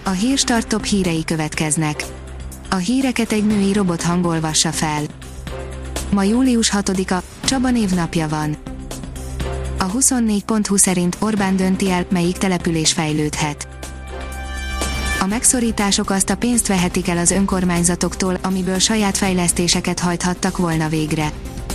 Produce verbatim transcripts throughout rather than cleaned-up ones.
A Hírstart top hírei következnek. A híreket egy női robothang olvassa fel. Ma július hatodika, Csaba névnapja van. A huszonnégy pont hu szerint Orbán dönti el, melyik település fejlődhet. A megszorítások azt a pénzt vehetik el az önkormányzatoktól, amiből saját fejlesztéseket hajthattak volna végre.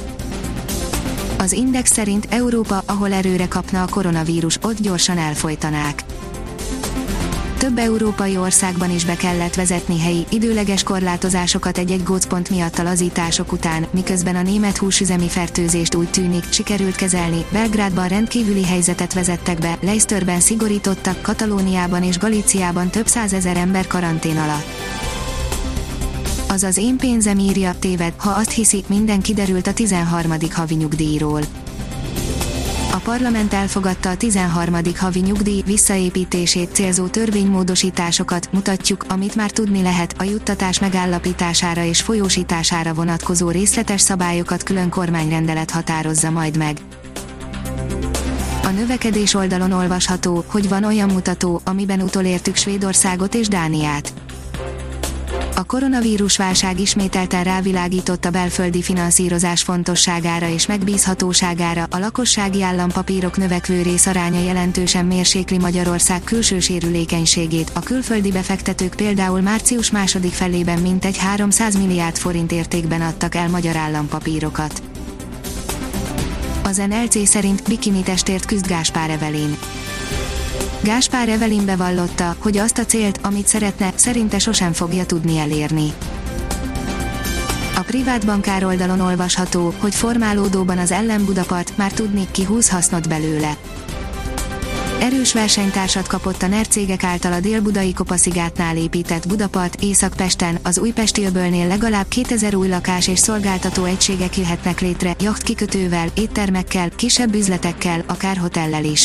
Az Index szerint Európa, ahol erőre kapna a koronavírus, ott gyorsan elfojtanák. Több európai országban is be kellett vezetni helyi, időleges korlátozásokat egy-egy gócpont miatt a lazítások után, miközben a német húsüzemi fertőzést úgy tűnik, sikerült kezelni. Belgrádban rendkívüli helyzetet vezettek be, Leicesterben szigorítottak, Katalóniában és Galíciában több százezer ember karantén alatt. Az az én pénzem írja, téved, ha azt hiszi, minden kiderült a tizenharmadik havi nyugdíjról. A parlament elfogadta a tizenharmadik havi nyugdíj visszaépítését célzó törvénymódosításokat, mutatjuk, amit már tudni lehet, a juttatás megállapítására és folyósítására vonatkozó részletes szabályokat külön kormányrendelet határozza majd meg. A növekedés oldalon olvasható, hogy van olyan mutató, amiben utolértük Svédországot és Dániát. A koronavírus válság ismételten rávilágított a belföldi finanszírozás fontosságára és megbízhatóságára, a lakossági állampapírok növekvő részaránya jelentősen mérsékli Magyarország külső sérülékenységét, a külföldi befektetők például március második felében mintegy háromszáz milliárd forint értékben adtak el magyar állampapírokat. Az en el cé szerint bikini testért küzd Gáspár Evelyn. Gáspár Evelyn bevallotta, hogy azt a célt, amit szeretne, szerinte sosem fogja tudni elérni. A privát bankár oldalon olvasható, hogy formálódóban az ellen Budapart, már tudni, ki húz hasznot belőle. Erős versenytársat kapott a NER cégek által a dél-budai Kopaszigátnál épített Budapart, Észak-Pesten, az újpesti öbölnél legalább kétezer új lakás és szolgáltató egységek jöhetnek létre, jachtkikötővel, éttermekkel, kisebb üzletekkel, akár hotellel is.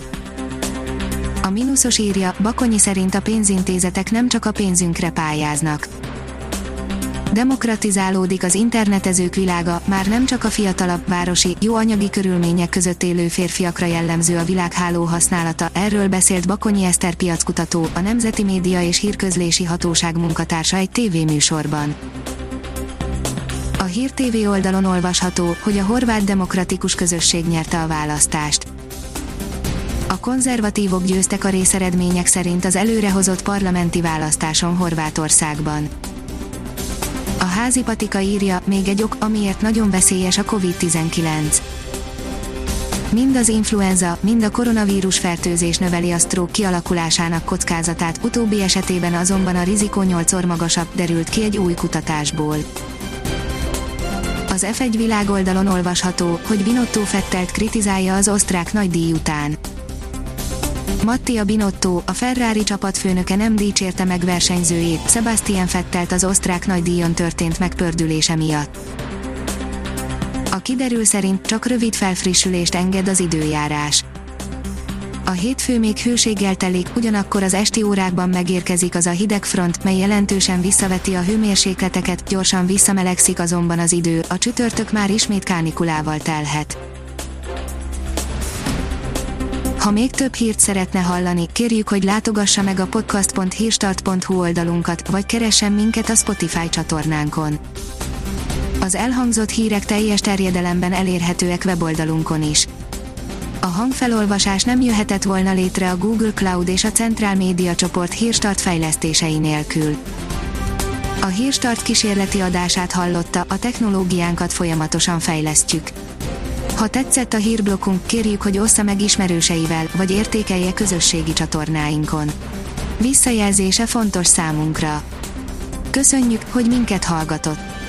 A mínuszos írja, Bakonyi szerint a pénzintézetek nem csak a pénzünkre pályáznak. Demokratizálódik az internetezők világa, már nem csak a fiatalabb, városi, jó anyagi körülmények között élő férfiakra jellemző a világháló használata, erről beszélt Bakonyi Eszter piackutató, a Nemzeti Média és Hírközlési Hatóság munkatársa egy tévéműsorban. A Hír té vé oldalon olvasható, hogy a horvát demokratikus közösség nyerte a választást. A konzervatívok győztek a részeredmények szerint az előrehozott parlamenti választáson Horvátországban. A Házi Patika írja, még egy ok, amiért nagyon veszélyes a kovid tizenkilenc. Mind az influenza, mind a koronavírus fertőzés növeli a stroke kialakulásának kockázatát, utóbbi esetében azonban a rizikó nyolcszor magasabb, derült ki egy új kutatásból. Az ef egy világoldalon olvasható, hogy Binotto Vettelt kritizálja az osztrák nagydíj után. Mattia Binotto, a Ferrari csapatfőnöke nem dicsérte meg versenyzőjét, Sebastian Vettelt az osztrák nagydíjon történt megpördülése miatt. A kiderül szerint csak rövid felfrissülést enged az időjárás. A hétfő még hőséggel telik, ugyanakkor az esti órákban megérkezik az a hideg front, mely jelentősen visszaveti a hőmérsékleteket, gyorsan visszamelegszik azonban az idő, a csütörtök már ismét kánikulával telhet. Ha még több hírt szeretne hallani, kérjük, hogy látogassa meg a podcast pont hírstart pont hu oldalunkat, vagy keressen minket a Spotify csatornánkon. Az elhangzott hírek teljes terjedelemben elérhetőek weboldalunkon is. A hangfelolvasás nem jöhetett volna létre a Google Cloud és a Centrál Média csoport Hírstart fejlesztései nélkül. A Hírstart kísérleti adását hallotta, a technológiánkat folyamatosan fejlesztjük. Ha tetszett a hírblokkunk, kérjük, hogy ossza meg ismerőseivel, vagy értékelje közösségi csatornáinkon. Visszajelzése fontos számunkra. Köszönjük, hogy minket hallgatott!